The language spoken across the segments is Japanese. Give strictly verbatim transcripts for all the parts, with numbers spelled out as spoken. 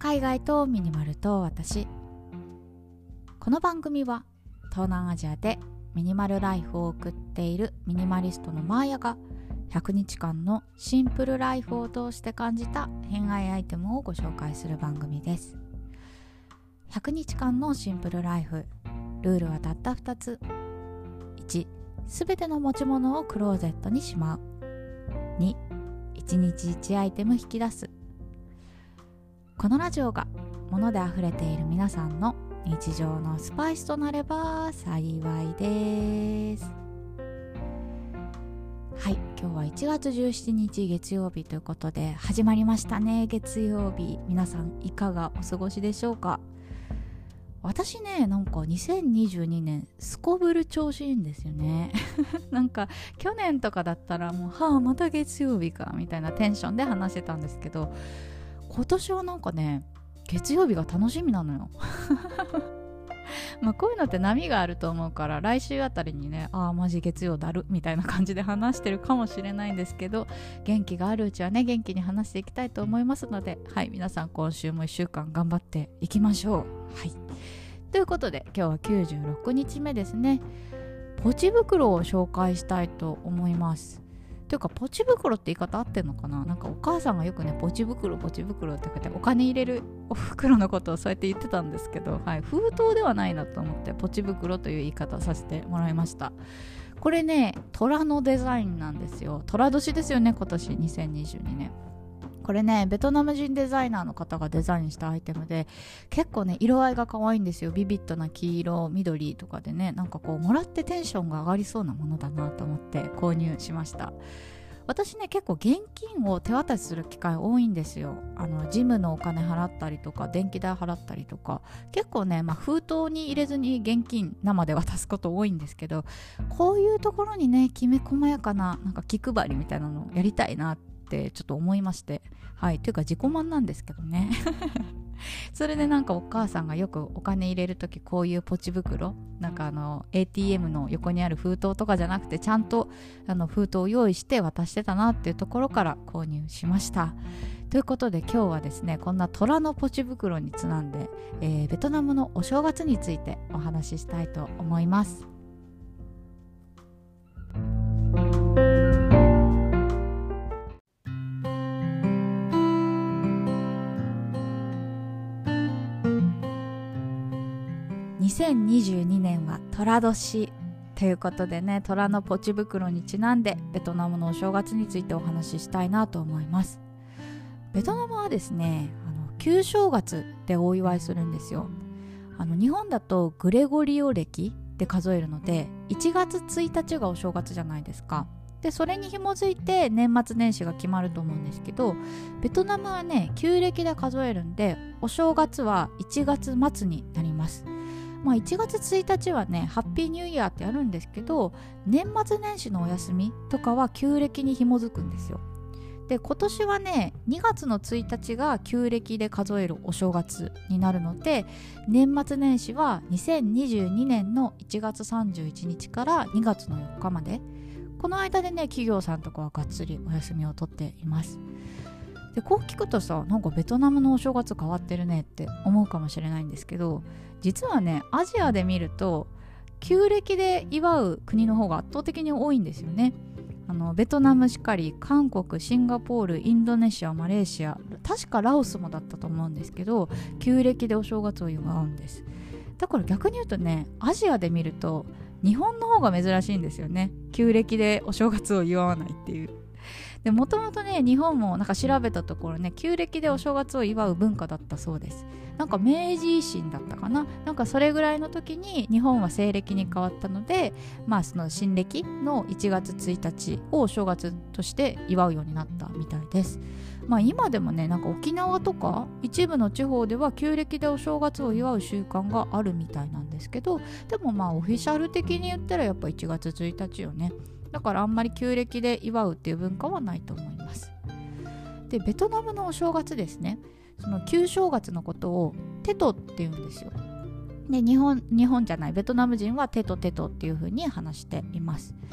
海外とミニマルと私。この番組は東南アジアでミニマルライフを送っているミニマリストのマーヤがひゃくにちかんのシンプルライフを通して感じた偏愛アイテムをご紹介する番組です。ひゃくにちかんのシンプルライフ、ルールはたったふたつ。いち、すべての持ち物をクローゼットにしまう。に、いちにちいちアイテム引き出す。このラジオが物であふれている皆さんの日常のスパイスとなれば幸いです。はい、今日はいちがつじゅうしちにち月曜日ということで始まりましたね。月曜日、皆さんいかがお過ごしでしょうか。私ね、なんかにせんにじゅうにねんすこぶる調子いいんですよねなんか去年とかだったらもうはあまた月曜日かみたいなテンションで話してたんですけど、今年はなんかね月曜日が楽しみなのよまあこういうのって波があると思うから、来週あたりにね、ああマジ月曜だるみたいな感じで話してるかもしれないんですけど、元気があるうちはね元気に話していきたいと思いますので、はい、皆さん今週もいっしゅうかん頑張っていきましょう。はい、ということで今日はきゅうじゅうろくにちめですね。ポチ袋を紹介したいと思います。というかポチ袋って言い方合ってんのかな。なんかお母さんがよくねポチ袋ポチ袋って言ってお金入れるお袋のことをそうやって言ってたんですけど、はい、封筒ではないなと思ってポチ袋という言い方をさせてもらいました。これね虎のデザインなんですよ。虎年ですよね今年にせんにじゅうにねん。これねベトナム人デザイナーの方がデザインしたアイテムで、結構ね色合いが可愛いんですよ。ビビッドな黄色緑とかでね、なんかこうもらってテンションが上がりそうなものだなと思って購入しました。私ね結構現金を手渡しする機会多いんですよ。あのジムのお金払ったりとか電気代払ったりとか、結構ね、まあ、封筒に入れずに現金生で渡すこと多いんですけど、こういうところにねきめ細やかななんか気配りみたいなのをやりたいなってちょっと思いまして、はい、というか自己満なんですけどねそれでなんかお母さんがよくお金入れるときこういうポチ袋、なんかあの エーティーエム の横にある封筒とかじゃなくてちゃんとあの封筒を用意して渡してたなっていうところから購入しました。ということで今日はですね、こんな虎のポチ袋にちなんで、えー、ベトナムのお正月についてお話ししたいと思います。にせんにじゅうにねんは虎年ということでね、虎のポチ袋にちなんでベトナムのお正月についてお話ししたいなと思います。ベトナムはですね、あの旧正月でお祝いするんですよ。あの日本だとグレゴリオ暦で数えるのでいちがつついたちがお正月じゃないですか。でそれに紐づいて年末年始が決まると思うんですけど、ベトナムはね旧暦で数えるんでお正月はいちがつまつになります。まあ、いちがつついたちはねハッピーニューイヤーってあるんですけど、年末年始のお休みとかは旧暦に紐づくんですよ。で今年はねにがつのついたちが旧暦で数えるお正月になるので、年末年始はにせんにじゅうにねんのいちがつさんじゅういちにちからにがつのよっかまで、この間でね企業さんとかはがっつりお休みを取っています。でこう聞くとさ、なんかベトナムのお正月変わってるねって思うかもしれないんですけど、実はねアジアで見ると旧暦で祝う国の方が圧倒的に多いんですよね。あのベトナムしかり韓国、シンガポール、インドネシア、マレーシア、確かラオスもだったと思うんですけど、旧暦でお正月を祝うんです。だから逆に言うとね、アジアで見ると日本の方が珍しいんですよね、旧暦でお正月を祝わないっていう。でもともとね日本もなんか調べたところね旧暦でお正月を祝う文化だったそうです。なんか明治維新だったかな、なんかそれぐらいの時に日本は西暦に変わったので、まあその新暦のいちがつついたちをお正月として祝うようになったみたいです。まあ今でもねなんか沖縄とか一部の地方では旧暦でお正月を祝う習慣があるみたいなんですけど、でもまあオフィシャル的に言ったらやっぱいちがつついたちよね。だからあんまり旧暦で祝うっていう文化はないと思います。でベトナムのお正月ですね、その旧正月のことをテトって言うんですよ。で日本日本じゃないベトナム人はテトテトっていう風に話しています。で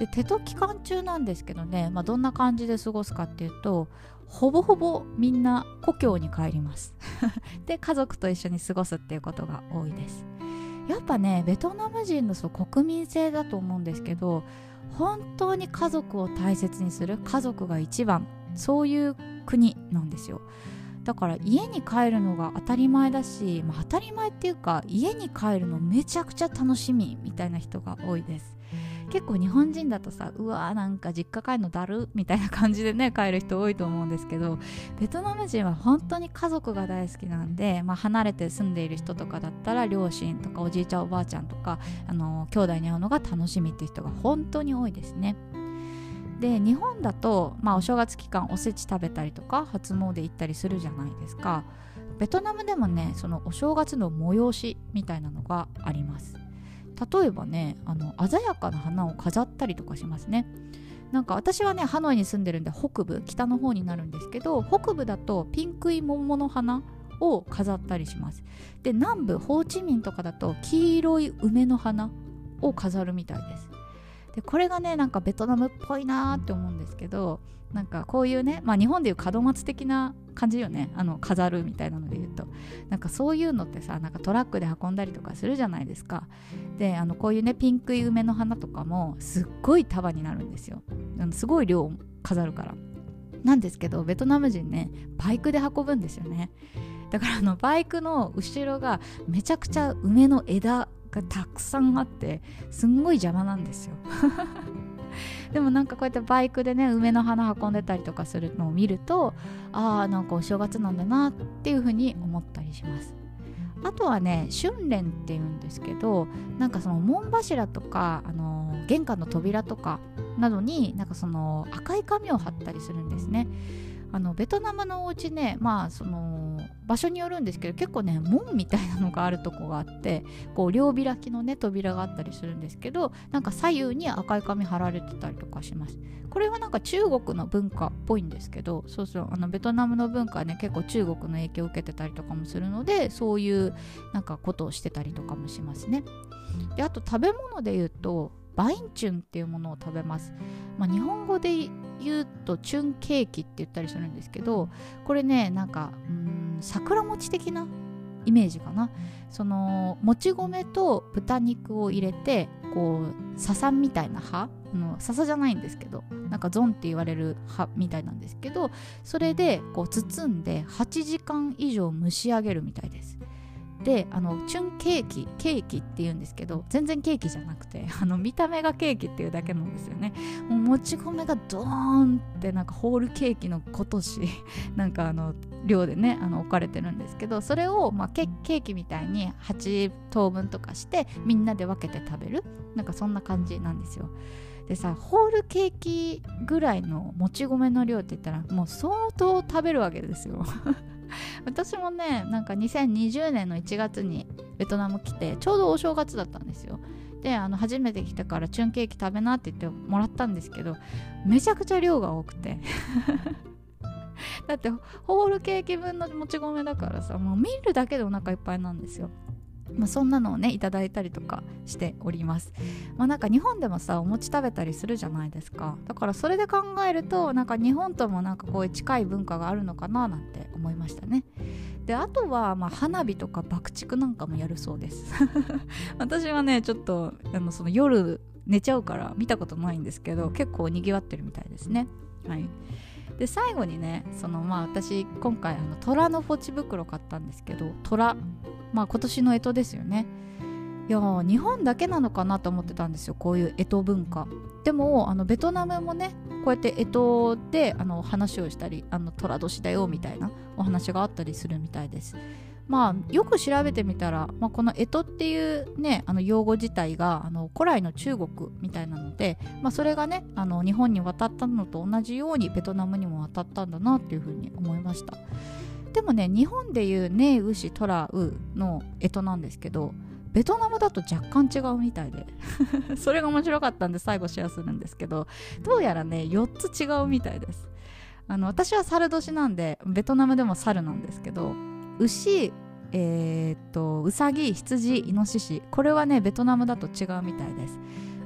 でテト期間中なんですけどね、まあ、どんな感じで過ごすかっていうと、ほぼほぼみんな故郷に帰りますで家族と一緒に過ごすっていうことが多いです。やっぱねベトナム人のその国民性だと思うんですけど、本当に家族を大切にする、家族が一番、そういう国なんですよ。だから家に帰るのが当たり前だし、まあ、当たり前っていうか家に帰るのめちゃくちゃ楽しみみたいな人が多いです。結構日本人だとさ、うわーなんか実家帰るのだるみたいな感じでね帰る人多いと思うんですけど、ベトナム人は本当に家族が大好きなんで、まあ、離れて住んでいる人とかだったら両親とかおじいちゃんおばあちゃんとか、あの兄弟に会うのが楽しみっていう人が本当に多いですね。で日本だと、まあ、お正月期間おせち食べたりとか初詣行ったりするじゃないですか。ベトナムでもねそのお正月の催しみたいなのがあります。例えばね、あの鮮やかな花を飾ったりとかしますね。なんか私はねハノイに住んでるんで北部、北の方になるんですけど、北部だとピンクイモモの花を飾ったりします。で南部ホーチミンとかだと黄色い梅の花を飾るみたいです。でこれがねなんかベトナムっぽいなーって思うんですけど、なんかこういうね、まあ日本でいう門松的な感じよね、あの飾るみたいなので言うと、なんかそういうのってさ、なんかトラックで運んだりとかするじゃないですか。であのこういうねピンクい梅の花とかもすっごい束になるんですよ。あのすごい量飾るからなんですけど、ベトナム人ねバイクで運ぶんですよね。だからあのバイクの後ろがめちゃくちゃ梅の枝がたくさんあってすんごい邪魔なんですよでもなんかこうやってバイクでね梅の花運んでたりとかするのを見ると、ああなんかお正月なんだなっていう風に思ったりします。あとはね春聯っていうんですけど、なんかその門柱とか、あのー、玄関の扉とかなどになんかその赤い紙を貼ったりするんですね。あのベトナムのお家ね、まあその場所によるんですけど、結構ね門みたいなのがあるとこがあって、こう両開きのね扉があったりするんですけど、なんか左右に赤い紙貼られてたりとかします。これはなんか中国の文化っぽいんですけど、そうそう、あのベトナムの文化はね結構中国の影響を受けてたりとかもするので、そういうなんかことをしてたりとかもしますね。であと食べ物で言うとバインチュンっていうものを食べます。まあ、日本語で言うとチュンケーキって言ったりするんですけど、これねなんかうーん桜餅的なイメージかな。そのもち米と豚肉を入れて、こう笹みたいな葉の笹じゃないんですけど、なんかゾンって言われる葉みたいなんですけど、それでこう包んではちじかん以上蒸し上げるみたいです。であのチュンケーキケーキって言うんですけど、全然ケーキじゃなくて、あの見た目がケーキっていうだけなんですよね。もうもち米がドーンってなんかホールケーキのことしなんかあの量でねあの置かれてるんですけど、それを、まあ、ケ, ケーキみたいにはち等分とかしてみんなで分けて食べる、なんかそんな感じなんですよ。でさ、ホールケーキぐらいのもち米の量って言ったらもう相当食べるわけですよ私もねなんかにせんにじゅうねんのいちがつにベトナム来て、ちょうどお正月だったんですよ。であの初めて来てからチュンケーキ食べなって言ってもらったんですけど、めちゃくちゃ量が多くてだってホールケーキ分のもち米だからさ、もう見るだけでお腹いっぱいなんですよ。まあ、そんなのをねいただいたりとかしております。まあ、なんか日本でもさお餅食べたりするじゃないですか。だからそれで考えるとなんか日本ともなんかこういう近い文化があるのかななんて思いましたね。であとはまあ花火とか爆竹なんかもやるそうです私はねちょっとあのその夜寝ちゃうから見たことないんですけど、結構にぎわってるみたいですね。はい。で最後にね、そのまあ私今回あの虎のポチ袋買ったんですけど、虎、まあ今年の干支ですよね。いや日本だけなのかなと思ってたんですよ、こういう干支文化。でもあのベトナムもねこうやって干支であの話をしたり、あの寅年だよみたいなお話があったりするみたいです。まあよく調べてみたら、まあ、この干支っていうねあの用語自体があの古来の中国みたいなので、まあ、それがねあの日本に渡ったのと同じようにベトナムにも渡ったんだなっていうふうに思いました。でもね日本でいうネウシトラウの干支なんですけど、ベトナムだと若干違うみたいでそれが面白かったんで最後シェアするんですけど、どうやらねよっつ違うみたいです。あの私は猿年なんでベトナムでも猿なんですけど、牛、えー、っとうさぎ、羊、イノシシ、これはねベトナムだと違うみたいです。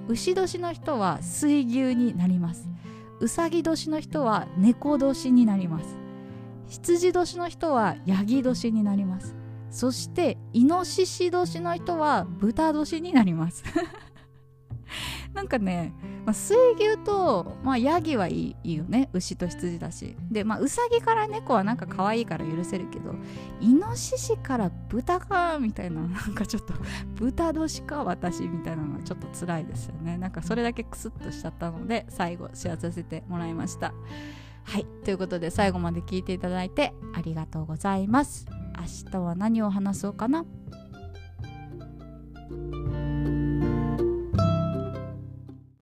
牛年の人は水牛になります。うさぎ年の人は猫年になります。羊年の人はヤギ年になります。そしてイノシシ年の人は豚年になりますなんかね、まあ、水牛と、まあ、ヤギはいい、いいよね。牛と羊だし。で、まあ、うさぎから猫はなんか可愛いから許せるけど、イノシシから豚かみたいな、なんかちょっと豚年か私みたいなのはちょっと辛いですよね。なんかそれだけクスッとしちゃったので、最後シェアさせてもらいました。はい、ということで最後まで聞いていただいてありがとうございます。明日は何を話そうかな。